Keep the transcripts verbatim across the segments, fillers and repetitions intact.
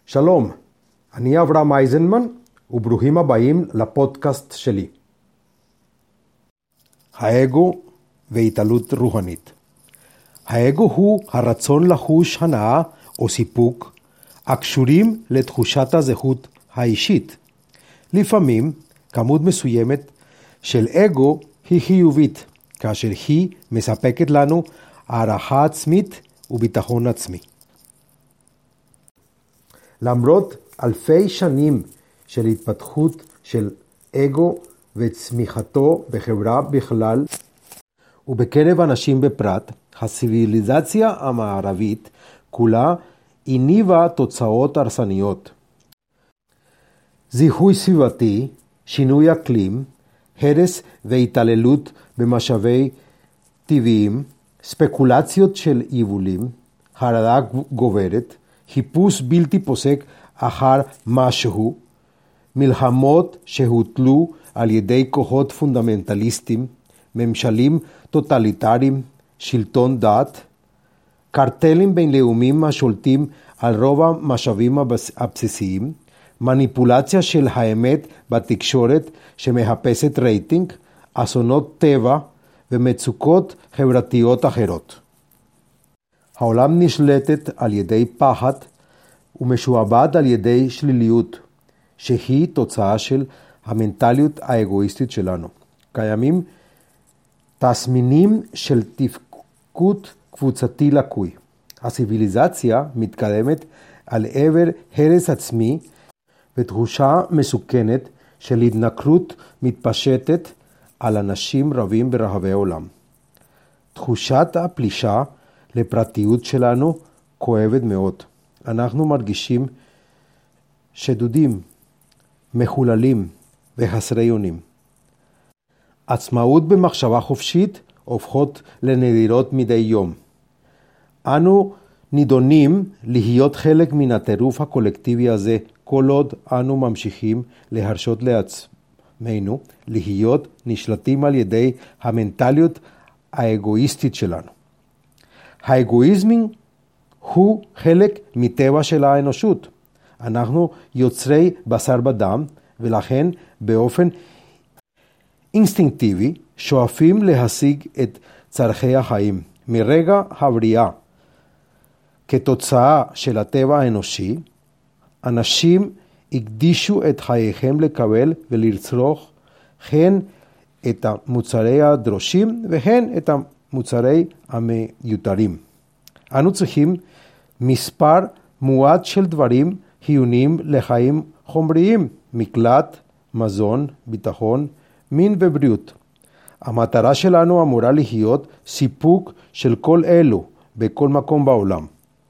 שלום, אני אברהם אייזנמן, וברוכים הבאים לפודקאסט שלי. האגו והתעלות רוחנית. האגו הוא הרצון לחוש הנאה או סיפוק, הקשורים לתחושת הזהות האישית. לפעמים, כמות מסוימת של אגו היא חיובית, כאשר היא מספקת לנו הערכה עצמית וביטחון עצמי. למרות אלפי שנים של התפתחות של אגו וצמיחתו בחברה בכלל ובקרב אנשים בפרט, הציוויליזציה המערבית כולה הניבה תוצאות הרסניות. זיהוי סביבתי, שינוי אקלים, הרס והתעללות במשאבי טבעיים, ספקולציות של יבולים, חרדה גוברת, חיפוש בלתי פוסק אחר משהו, מלחמות שהוטלו על ידי כוחות פונדמנטליסטים, ממשלים טוטליטריים, שלטון דת, קרטלים בינלאומיים השולטים על רוב המשאבים הבסיסיים, מניפולציה של האמת בתקשורת שמחפשת רייטינג, אסונות טבע ומצוקות חברתיות אחרות. העולם נשלטת על ידי פחד ומשועבד על ידי שליליות, שהיא תוצאה של המנטליות האגואיסטית שלנו. קיימים תסמינים של תפקוד קבוצתי לקוי. הציוויליזציה מתקדמת על עבר הרס עצמי ותחושה מסוכנת של התנכרות מתפשטת על אנשים רבים ברחבי העולם. תחושת הפלישה לפרטיות שלנו כואבת מאוד. אנחנו מרגישים שדודים, מחוללים וחסרי אונים. עצמאות במחשבה חופשית הופכות לנדירות מדי יום. אנו נידונים להיות חלק מן הטירוף הקולקטיבי הזה, כל עוד אנו ממשיכים להרשות לעצמנו להיות נשלטים על ידי המנטליות האגואיסטית שלנו. האגואיזם הוא חלק מטבע של האנושות. אנחנו יוצרי בשר בדם, ולכן באופן אינסטינקטיבי שואפים להשיג את צורכי החיים. מרגע הבריאה, כתוצאה של הטבע האנושי, אנשים הקדישו את חייהם לקבל ולצרוך הן את המוצרי הדרושים והן את המוצרי המיותרים. אנו צריכים מספר מועט של דברים חיוניים לחיים חומריים, מקלט, מזון, ביטחון, מין ובריאות. המטרה שלנו אמורה להיות סיפוק של כל אלו בכל מקום בעולם.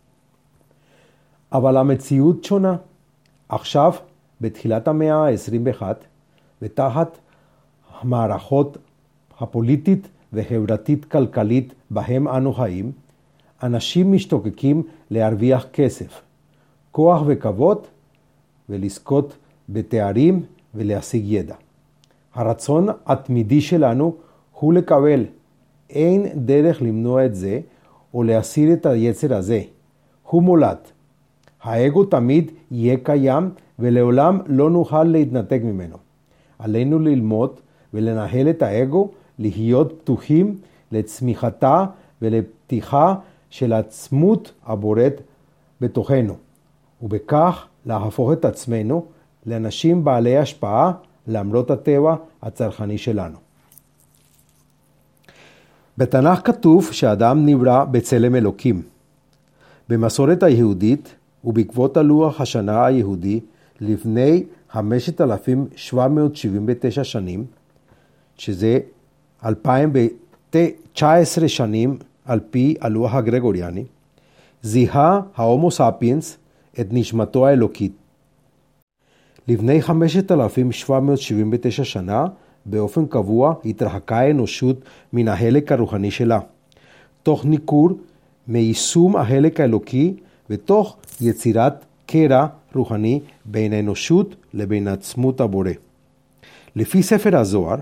אבל המציאות שונה. עכשיו, בתחילת המאה ה-עשרים ואחת, ותחת המערכות הפוליטית וחברתית כלכלית בהם אנו חיים, אנשים משתוקקים להרוויח כסף, כוח וכבוד, ולזכות בתארים ולהשיג ידע. הרצון התמידי שלנו הוא לקבל. אין דרך למנוע את זה או להסיר את היצר הזה. הוא מולד. האגו תמיד יהיה קיים ולעולם לא נוכל להתנתק ממנו. עלינו ללמוד ולנהל את האגו, להיות פתוחים לצמיחתה ולפתיחה של עצמות הבוראת בתוכנו, ובכך להפוך את עצמנו לאנשים בעלי השפעה למרות הטבע הצרכני שלנו. בתנ"ך כתוב שאדם נברא בצלם אלוקים. במסורת היהודית ובעקבות הלוח השנה היהודי לפני חמשת אלפים שבע מאות שבעים ותשע שנים, שזה אלפיים ותשע עשרה שנים על פי הלוח הגרגוריאני, זיהה ההומו ספיאנס את נשמתו האלוקית. לפני חמשת אלפים שבע מאות שבעים ותשע שנה, באופן קבוע התרחקה האנושות מן החלק הרוחני שלה, תוך ניכור מיישום החלק האלוקי ותוך יצירת קרע רוחני בין האנושות לבין עצמות הבורא. לפי ספר הזוהר,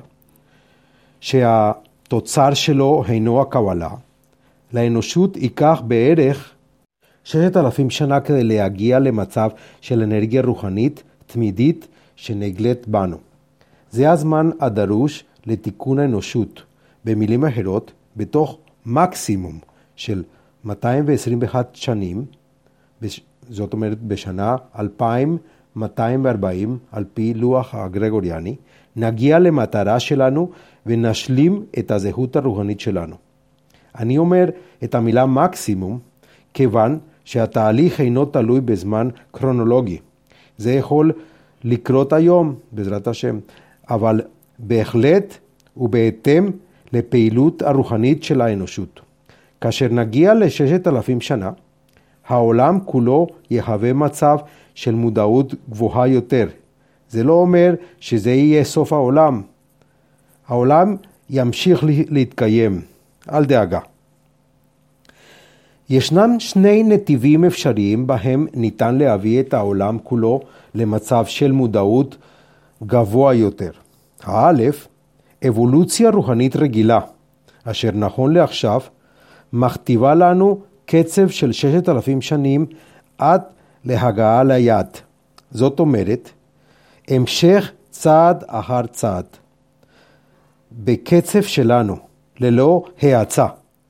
שהתוצר שלו הינו הקבלה, לאנושות ייקח בערך ששת אלפים שנה כדי להגיע למצב של אנרגיה רוחנית תמידית שנגלית בנו. זה הזמן הדרוש לתיקון האנושות. במילים אחרות, בתוך מקסימום של מאתיים עשרים ואחת שנים, זאת אומרת בשנה אלפיים מאתיים וארבעים על פי לוח הגרגוריאני, נגיע למטרה שלנו ונשלים את הזהות הרוחנית שלנו. אני אומר את המילה מקסימום כיוון שהתהליך אינו תלוי בזמן כרונולוגי. זה יכול לקרות היום בעזרת השם, אבל בהחלט ובהתאם לפעילות הרוחנית של האנושות. כאשר נגיע לששת אלפים שנה, העולם כולו יהווה מצב של מודעות גבוהה יותר. זה לא אומר שזה יהיה סוף העולם. העולם ימשיך להתקיים, אל דאגה. ישנם שני נתיבים אפשריים בהם ניתן להביא את העולם כולו למצב של מודעות גבוה יותר. האלף, אבולוציה רוחנית רגילה, אשר נכון לעכשיו מכתיבה לנו קצב של ששת אלפים שנים עד להגעה ליעד. זאת אומרת, המשך צעד אחר צעד, בקצב שלנו, ללא האצה.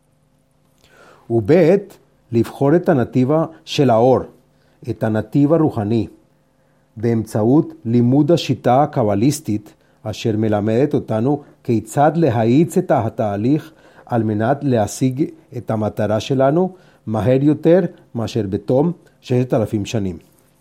ובית, לבחור את הנתיב של האור, את הנתיב הרוחני, באמצעות לימוד השיטה הקבליסטית, אשר מלמדת אותנו כיצד להאיץ את התהליך על מנת להשיג את המטרה שלנו מהר יותר מאשר בתום ששת אלפים שנים.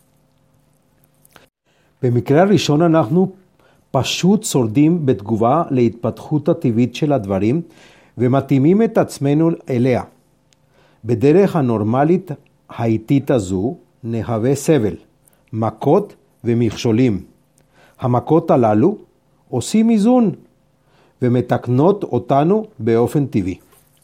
במקרה הראשון אנחנו פשוט שורדים בתגובה להתפתחות הטבעית של הדברים ומתאימים את עצמנו אליה. בדרך הנורמלית האיטית הזו נהווה סבל, מכות ומכשולים. המכות הללו עושים איזון ומתקנות אותנו באופן טבעי.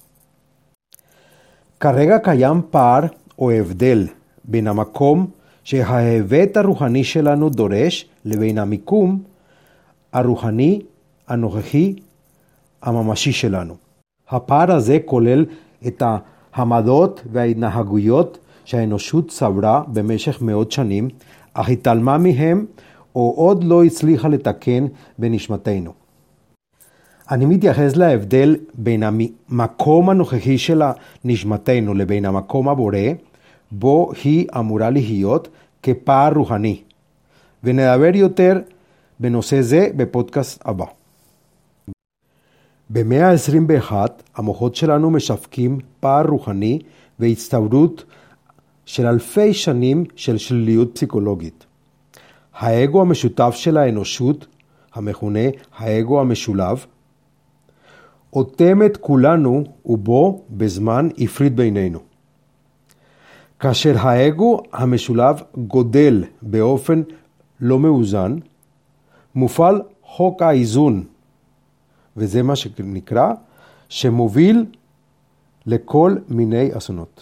כרגע קיים פער או הבדל בין המקום שההיבט הרוחני שלנו דורש לבין המיקום הרוחני הנוכחי הממשי שלנו. הפער הזה כולל את העמדות וההתנהגויות שהאנושות צברה במשך מאות שנים, אך התעלמה מהם או עוד לא הצליחה לתקן בנשמתנו. אני מתייחס להבדל בין המקום הנוכחי של נשמתנו לבין המקום הבורא, בו היא אמורה להיות כפער רוחני. ונדבר יותר בנושא זה בפודקאסט הבא. במאה ה-עשרים ואחת המוחות שלנו משווקים פער רוחני והצטברות של אלפי שנים של שליליות פסיכולוגית. האגו המשותף של האנושות, המכונה האגו המשולב, אותם את כולנו ובו בזמן הפריד בינינו. כאשר האגו המשולב גודל באופן לא מאוזן, מופעל חוק האיזון, וזה מה שנקרא, שמוביל לכל מיני אסונות.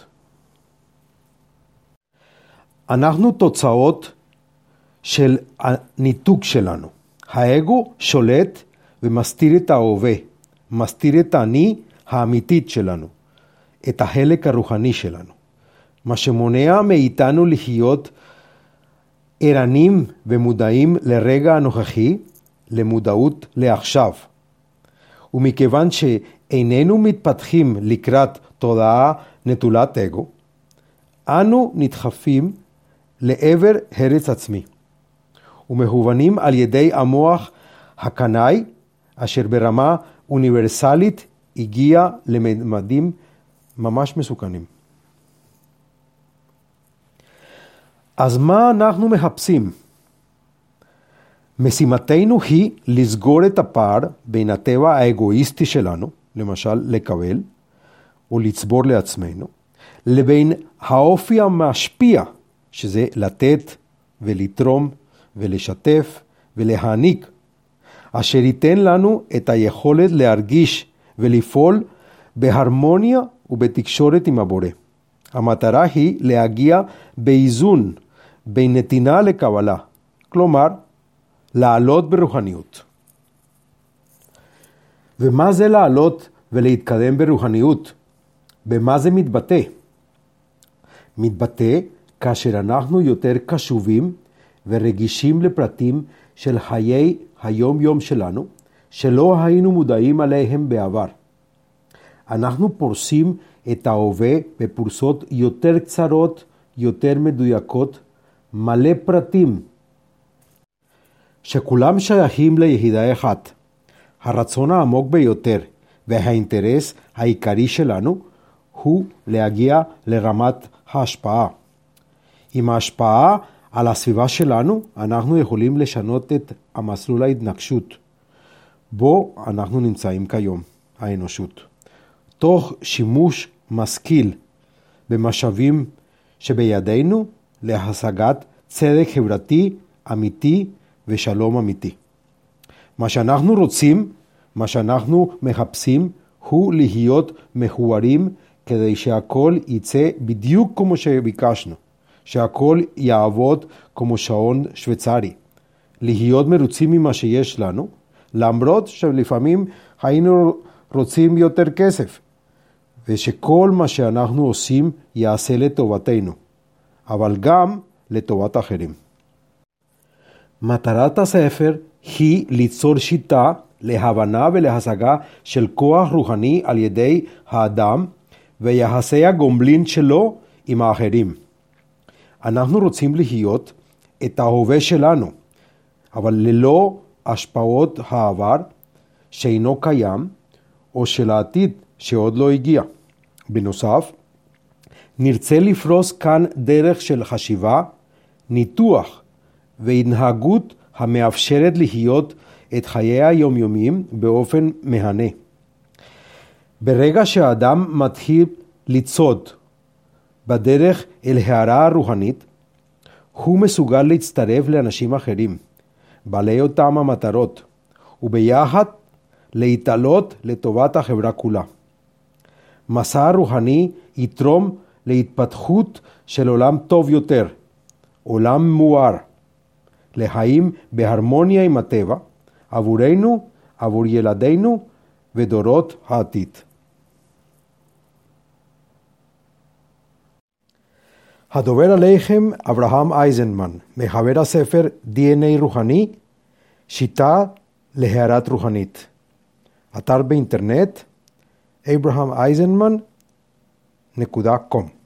אנחנו תוצאות של הניתוק שלנו. האגו שולט ומסתיר את ההווה, מסתיר את האני האמיתית שלנו, את החלק הרוחני שלנו. מה שמונע מאיתנו לחיות ערנים ומודעים לרגע הנוכחי, למודעות לעכשיו. ומכיוון שאיננו מתפתחים לקראת תודעה נטולת אגו, אנו נדחפים לעבר הרס עצמי, ומכוונים על ידי המוח הקנאי, אשר ברמה אוניברסלית הגיע לממדים ממש מסוכנים. אז מה אנחנו מחפשים? משימתנו היא לסגור את הפער בין הטבע האגואיסטי שלנו, למשל לקבל או לצבור לעצמנו, לבין האופי המשפיע, שזה לתת ולתרום ולשתף ולהעניק, אשר ייתן לנו את היכולת להרגיש ולפעול בהרמוניה ובתקשורת עם הבורא. המטרה היא להגיע באיזון בין נתינה לקבלה, כלומר, לעלות ברוחניות. ומה זה לעלות ולהתקדם ברוחניות? במה זה מתבטא? מתבטא כאשר אנחנו יותר קשובים ורגישים לפרטים של חיי היום יום שלנו, שלא היינו מודעים עליהם בעבר. אנחנו פורסים את ההווה בפרוסות יותר קצרות, יותר מדויקות, מלא פרטים, שכולם שייכים ליחידה אחת. הרצון העמוק ביותר והאינטרס העיקרי שלנו הוא להגיע לרמת ההשפעה. עם ההשפעה על הסביבה שלנו, אנחנו יכולים לשנות את המסלול ההתנגשות, בו אנחנו נמצאים כיום, האנושות. תוך שימוש משכיל במשאבים שבידינו להשגת צדק חברתי אמיתי ושלום אמיתי. מה שאנחנו רוצים, מה שאנחנו מחפשים, הוא להיות מחוברים כדי שהכל יצא בדיוק כמו שביקשנו, שהכל יעבוד כמו שעון שוויצרי, להיות מרוצים ממה שיש לנו, למרות שלפעמים היינו רוצים יותר כסף, ושכל מה שאנחנו עושים יעשה לטובתנו, אבל גם לטובת אחרים. מטרת הספר היא ליצור שיטה להבנה ולהשגה של כוח רוחני על ידי האדם ויחסי הגומלין שלו עם האחרים. אנחנו רוצים להיות את ההווה שלנו, אבל ללא השפעות העבר שאינו קיים או של העתיד שעוד לא הגיע. בנוסף, נרצה לפרוס כאן דרך של חשיבה, ניתוח והתנהגות המאפשרת לחיות את חיי היומיומיים באופן מהנה. ברגע שהאדם מתחיל לצעוד בדרך אל ההארה הרוחנית, הוא מסוגל להצטרף לאנשים אחרים, בעלי אותם המטרות, וביחד להתעלות לטובת החברה כולה. מסע רוחני יתרום להתפתחות של עולם טוב יותר, עולם מואר, לחיים בהרמוניה עם הטבע, עבורנו, עבור ילדינו ודורות העתיד. הדובר עליכם אברהם אייזנמן, מחבר הספר די אן איי רוחני, שיטה להארת רוחנית. אתר באינטרנט אברהם אייזנמן נקודה קום.